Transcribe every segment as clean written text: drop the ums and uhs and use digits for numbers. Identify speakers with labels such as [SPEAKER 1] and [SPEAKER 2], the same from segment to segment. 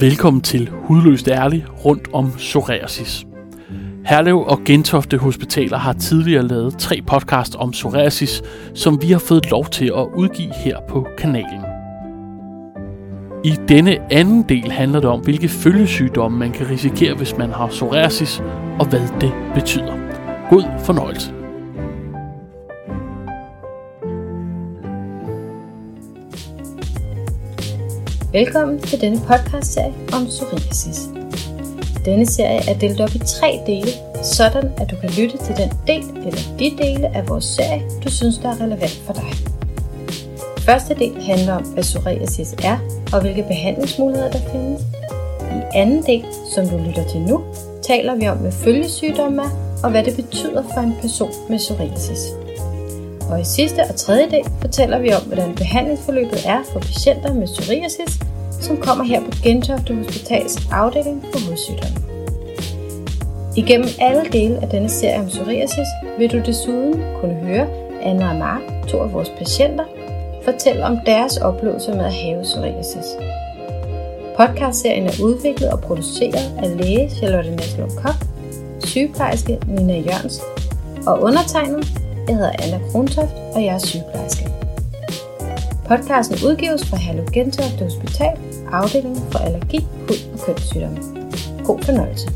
[SPEAKER 1] Velkommen til Hudløst Ærlig rundt om psoriasis. Herlev og Gentofte Hospitaler har tidligere lavet 3 podcasts om psoriasis, som vi har fået lov til at udgive her på kanalen. I denne anden del handler det om, hvilke følgesygdomme man kan risikere, hvis man har psoriasis, og hvad det betyder. God fornøjelse.
[SPEAKER 2] Velkommen til denne podcastserie om psoriasis. Denne serie er delt op i 3 dele, sådan at du kan lytte til den del eller de dele af vores serie, du synes der er relevant for dig. Første del handler om, hvad psoriasis er og hvilke behandlingsmuligheder der findes. I anden del, som du lytter til nu, taler vi om, hvad følgesygdomme er og hvad det betyder for en person med psoriasis. Og i sidste og tredje del fortæller vi om, hvordan behandlingsforløbet er for patienter med psoriasis, som kommer her på Gentofte Hospitals afdeling for hudsygdomme. Igennem alle dele af denne serie om psoriasis vil du desuden kunne høre Anna og Mark, 2 af vores patienter, fortælle om deres oplevelser med at have psoriasis. Podcastserien er udviklet og produceret af læge Charlotte Næslund Koch, sygeplejerske Nina Jørgensen og undertegnet. Jeg hedder Anna Krontoft, og jeg er sygeplejerske. Podcasten udgives fra Herlev Gentofte Hospital, afdelingen for allergi, hud og kønssygdomme. God fornøjelse.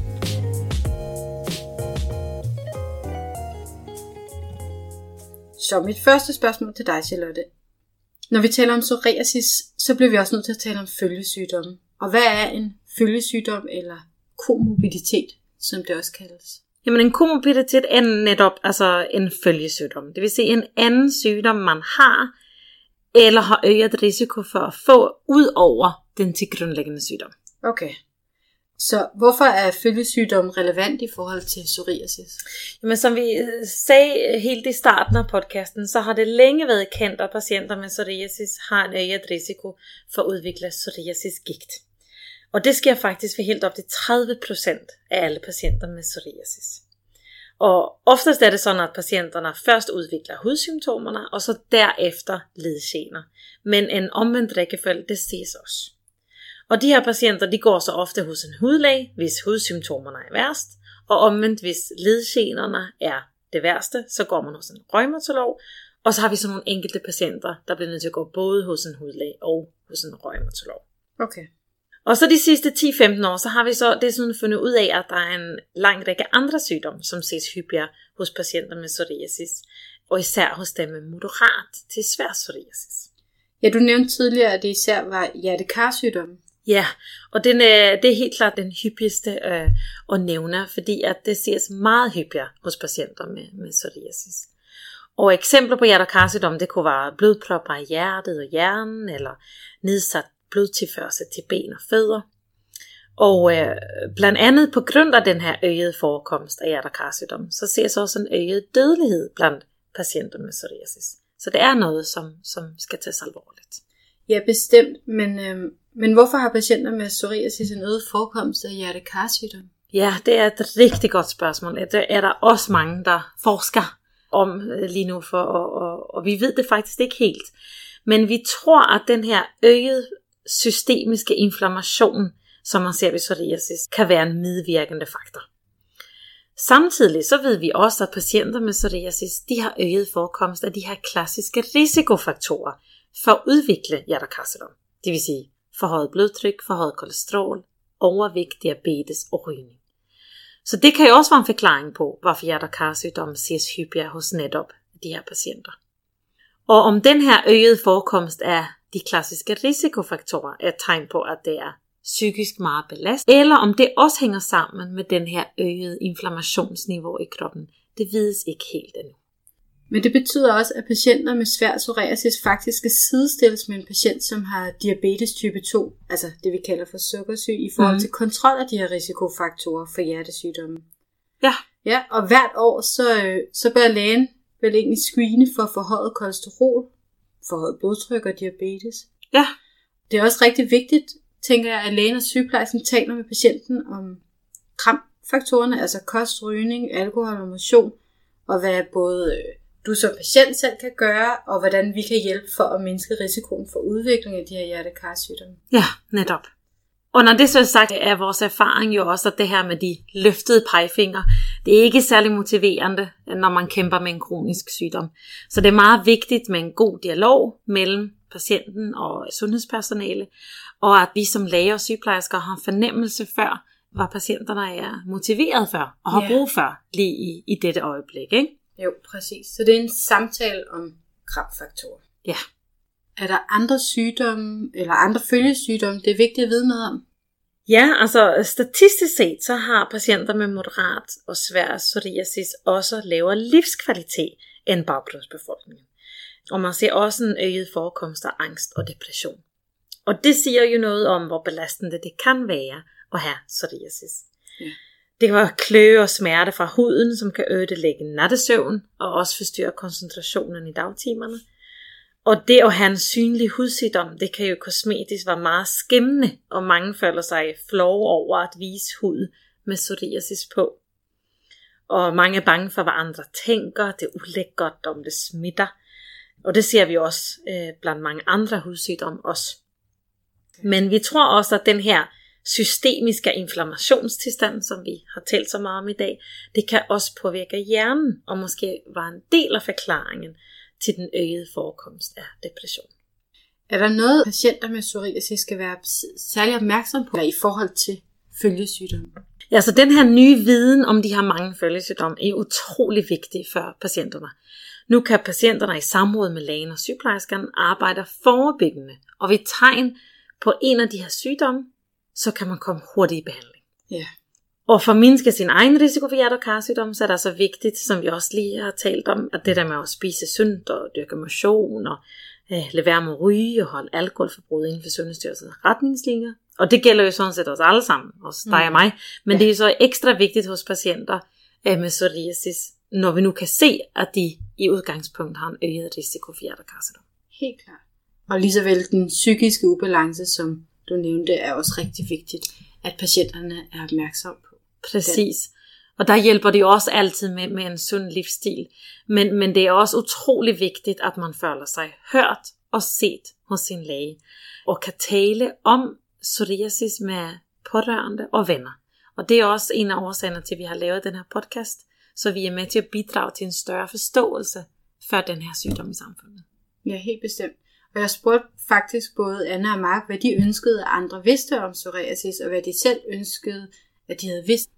[SPEAKER 2] Så mit første spørgsmål til dig, Charlotte. Når vi taler om psoriasis, så bliver vi også nødt til at tale om følgesygdomme. Og hvad er en følgesygdom eller komorbiditet, som det også kaldes?
[SPEAKER 3] Jamen en komorbiditet er netop en følgesygdom. Det vil sige en anden sygdom, man har, eller har øget risiko for at få, ud over den tilgrundlæggende sygdom.
[SPEAKER 2] Okay. Så hvorfor er følgesygdom relevant i forhold til psoriasis?
[SPEAKER 3] Jamen som vi sagde helt i starten af podcasten, så har det længe været kendt, at patienter med psoriasis har en øget risiko for at udvikle psoriasisgigt. Og det sker faktisk for helt op til 30% af alle patienter med psoriasis. Og oftest er det sådan, at patienterne først udvikler hudsymptomerne, og så derefter ledgener. Men en omvendt rækkefølge, det ses også. Og de her patienter, de går så ofte hos en hudlæge, hvis hudsymptomerne er værst, og omvendt, hvis ledgenerne er det værste, så går man hos en reumatolog, og så har vi så nogle enkelte patienter, der bliver nødt til at gå både hos en hudlæge og hos en reumatolog.
[SPEAKER 2] Okay.
[SPEAKER 3] Og så de sidste 10-15 år, så har vi så desuden fundet ud af, at der er en lang række andre sygdomme, som ses hyppigere hos patienter med psoriasis, og især hos dem med moderat til svær psoriasis.
[SPEAKER 2] Ja, du nævnte tidligere, at det især var hjertekarsygdomme.
[SPEAKER 3] Ja, og det er helt klart den hyppigste at nævne, fordi at det ses meget hyppigere hos patienter med psoriasis. Og eksempler på hjertekarsygdomme, det kunne være blodpropper i hjertet og hjernen, eller nedsat blodtilførsel til ben og fødder. Og blandt andet på grund af den her øgede forekomst af hjertekarsygdom, så ses også en øget dødelighed blandt patienter med psoriasis. Så det er noget, som skal tages alvorligt.
[SPEAKER 2] Ja, bestemt. Men hvorfor har patienter med psoriasis en øget forekomst af hjertekarsygdom?
[SPEAKER 3] Ja, det er et rigtig godt spørgsmål. Det er der også mange, der forsker om lige nu, og vi ved det faktisk ikke helt. Men vi tror, at den her øgede systemiske inflammation, som man ser ved psoriasis, kan være en medvirkende faktor. Samtidig så ved vi også, at patienter med psoriasis, de har øget forekomst af de her klassiske risikofaktorer for at udvikle hjertekarsygdom. Det vil sige forhøjet blodtryk, forhøjet kolesterol, overvægt, diabetes og rygning. Så det kan jo også være en forklaring på, hvorfor hjertekarsygdom ses hyppigere hos netop de her patienter. Og om den her øgede forekomst af de klassiske risikofaktorer er et tegn på, at det er psykisk meget belastet, eller om det også hænger sammen med den her øgede inflammationsniveau i kroppen, det vides ikke helt endnu.
[SPEAKER 2] Men det betyder også, at patienter med svær psoriasis faktisk skal sidestilles med en patient, som har diabetes type 2, altså det vi kalder for sukkersyge, i forhold til kontrol af de her risikofaktorer for hjertesygdomme.
[SPEAKER 3] Ja.
[SPEAKER 2] Ja, og hvert år så bør lægen vel egentlig screene for forhøjet kolesterol, forhøjet blodtryk og diabetes.
[SPEAKER 3] Ja.
[SPEAKER 2] Det er også rigtig vigtigt, tænker jeg, at lægen og sygeplejersken taler med patienten om kramfaktorerne, altså kost, rygning, alkohol og motion, og hvad både du som patient selv kan gøre, og hvordan vi kan hjælpe for at mindske risikoen for udvikling af de her hjertekarsygdomme.
[SPEAKER 3] Ja, netop. Og når det så er sagt, er vores erfaring jo også, at det her med de løftede pegefinger, det er ikke særlig motiverende, når man kæmper med en kronisk sygdom. Så det er meget vigtigt med en god dialog mellem patienten og sundhedspersonale, og at vi som læger og sygeplejersker har fornemmelse for, hvad patienterne er motiveret for og har brug for lige i dette øjeblik, ikke?
[SPEAKER 2] Jo, præcis. Så det er en samtale om kramfaktorer.
[SPEAKER 3] Ja.
[SPEAKER 2] Er der andre sygdomme eller andre følgesygdomme, det er vigtigt at vide noget om?
[SPEAKER 3] Ja, altså statistisk set, så har patienter med moderat og svær psoriasis også lavere livskvalitet end bagblodsbefolkningen. Og man ser også en øget forekomst af angst og depression. Og det siger jo noget om, hvor belastende det kan være at have psoriasis. Ja. Det kan være kløe og smerte fra huden, som kan ødelægge nattesøvn og også forstyrre koncentrationen i dagtimerne. Og det at have en synlig hudsygdom, det kan jo kosmetisk være meget skæmmende, og mange føler sig flove over at vise hud med psoriasis på. Og mange er bange for, hvad andre tænker, det er ulækkert, om det smitter. Og det ser vi også blandt mange andre hudsygdomme også. Men vi tror også, at den her systemiske inflammationstilstand, som vi har talt så meget om i dag, det kan også påvirke hjernen, og måske være en del af forklaringen til den øgede forekomst af depression.
[SPEAKER 2] Er der noget, patienter med psoriasis skal være særlig opmærksom på i forhold til følgesygdomme?
[SPEAKER 3] Ja, så den her nye viden om de her mange følgesygdomme er utrolig vigtig for patienterne. Nu kan patienterne i samråd med lægen og sygeplejerskerne arbejde forebyggende, og ved tegn på en af de her sygdomme, så kan man komme hurtigt i behandling.
[SPEAKER 2] Ja.
[SPEAKER 3] Og for at mindske sin egen risiko for hjerte- og karsygdom, så er det så vigtigt, som vi også lige har talt om, at det der med at spise sundt og dyrke motion og lade være med at ryge og holde alkoholforbrug inden for Sundhedsstyrelsens retningslinjer. Og det gælder jo sådan set os alle sammen, også dig og mig. Men det er så ekstra vigtigt hos patienter med psoriasis, når vi nu kan se, at de i udgangspunkt har en øget risiko for hjerte- og karsygdom.
[SPEAKER 2] Helt klart. Og lige så vel den psykiske ubalance, som du nævnte, er også rigtig vigtigt, at patienterne er opmærksom på.
[SPEAKER 3] Præcis. Og der hjælper det jo også altid med en sund livsstil. Men det er også utrolig vigtigt, at man føler sig hørt og set hos sin læge. Og kan tale om psoriasis med pårørende og venner. Og det er også en af årsagerne til, at vi har lavet den her podcast. Så vi er med til at bidrage til en større forståelse for den her sygdom i samfundet.
[SPEAKER 2] Ja, helt bestemt. Og jeg spurgte faktisk både Anna og Mark, hvad de ønskede, at andre vidste om psoriasis, og hvad de selv ønskede, at de havde vidst.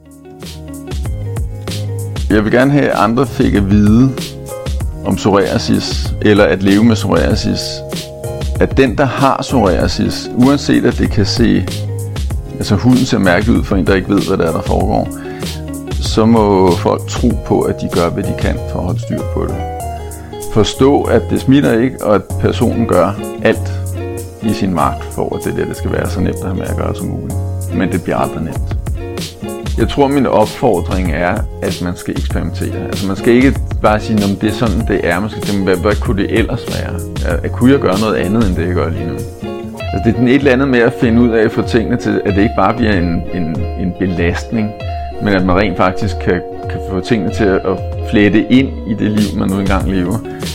[SPEAKER 4] Jeg vil gerne have, at andre fik at vide om psoriasis, eller at leve med psoriasis. At den, der har psoriasis, uanset at det kan se, altså huden ser mærkeligt ud for en, der ikke ved, hvad der foregår, så må folk tro på, at de gør, hvad de kan for at holde styr på det. Forstå, at det smitter ikke, og at personen gør alt i sin magt for, at det skal være så nemt at have med at gøre som muligt. Men det bliver aldrig nemt. Jeg tror, min opfordring er, at man skal eksperimentere. Altså man skal ikke bare sige, at det er sådan, det er. Man skal tænke, hvad kunne det ellers være? Kunne jeg gøre noget andet, end det jeg gør lige nu? Altså, det er et eller andet med at finde ud af at få tingene til, at det ikke bare bliver en belastning, men at man rent faktisk kan få tingene til at flette ind i det liv, man nu engang lever.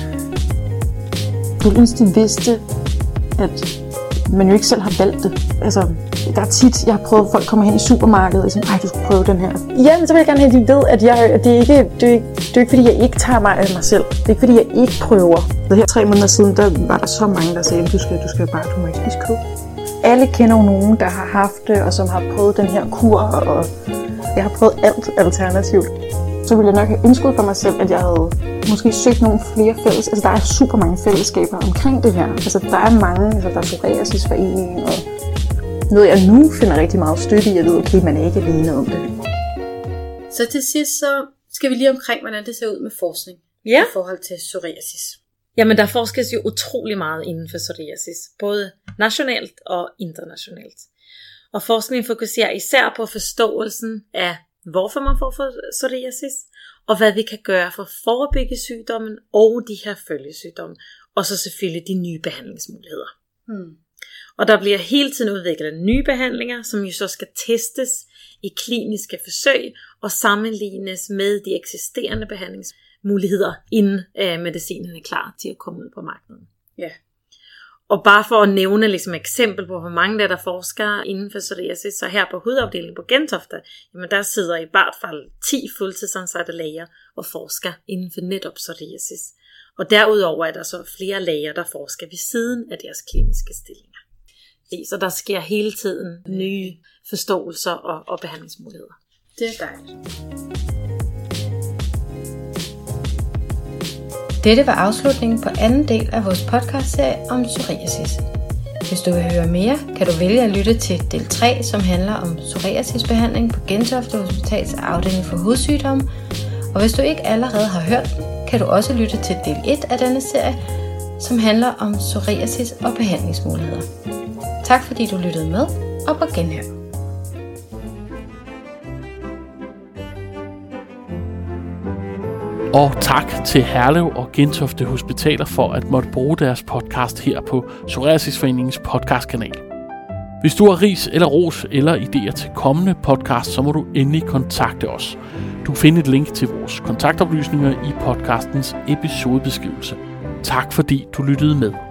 [SPEAKER 5] Jeg ønsker, de vidste, at man jo ikke selv har valgt det. Altså, der er tit, jeg har prøvet, at folk kommer hen i supermarkedet og siger, du skulle prøve den her. Ja, men så vil jeg gerne have, at de ved, at det er ikke fordi, jeg ikke tager mig af mig selv. Det er ikke fordi, jeg ikke prøver. Så her 3 måneder siden, der var der så mange, der sagde, du må ikke spise kød. Alle kender jo nogen, der har haft det, og som har prøvet den her kur, og jeg har prøvet alt alternativt. Så ville jeg nok have ønsket for mig selv, at jeg havde måske søgt nogle flere fælles. Altså der er super mange fællesskaber omkring det her. Altså der er mange, altså der er psoriasisforeningen, og noget jeg nu finder rigtig meget støtte i. Jeg ved, okay, man er ikke alene om det.
[SPEAKER 2] Så til sidst, så skal vi lige omkring, hvordan det ser ud med forskning i forhold til psoriasis.
[SPEAKER 3] Jamen der forskes jo utrolig meget inden for psoriasis, både nationalt og internationalt. Og forskningen fokuserer især på forståelsen af, hvorfor man får psoriasis, og hvad vi kan gøre for at forebygge sygdommen og de her følgesygdomme, og så selvfølgelig de nye behandlingsmuligheder. Og der bliver hele tiden udviklet nye behandlinger, som jo så skal testes i kliniske forsøg og sammenlignes med de eksisterende behandlingsmuligheder, inden medicinen er klar til at komme ud på markedet.
[SPEAKER 2] Ja.
[SPEAKER 3] Og bare for at nævne ligesom eksempel på, hvor mange der forsker inden for psoriasis, så her på hudafdelingen på Gentofte, jamen der sidder i hvert fald 10 fuldtidsansatte læger og forsker inden for netop psoriasis. Og derudover er der så flere læger, der forsker ved siden af deres kliniske stillinger. Så der sker hele tiden nye forståelser og behandlingsmuligheder.
[SPEAKER 2] Det er dejligt. Dette var afslutningen på anden del af vores podcastserie om psoriasis. Hvis du vil høre mere, kan du vælge at lytte til del 3, som handler om psoriasisbehandling på Gentofte Hospitals afdeling for hudsygdomme. Og hvis du ikke allerede har hørt den, kan du også lytte til del 1 af denne serie, som handler om psoriasis og behandlingsmuligheder. Tak fordi du lyttede med, og på genhør.
[SPEAKER 1] Og tak til Herlev og Gentofte Hospitaler for at måtte bruge deres podcast her på Psoriasisforeningens podcastkanal. Hvis du har ris eller ros eller idéer til kommende podcast, så må du endelig kontakte os. Du finder et link til vores kontaktoplysninger i podcastens episodebeskrivelse. Tak fordi du lyttede med.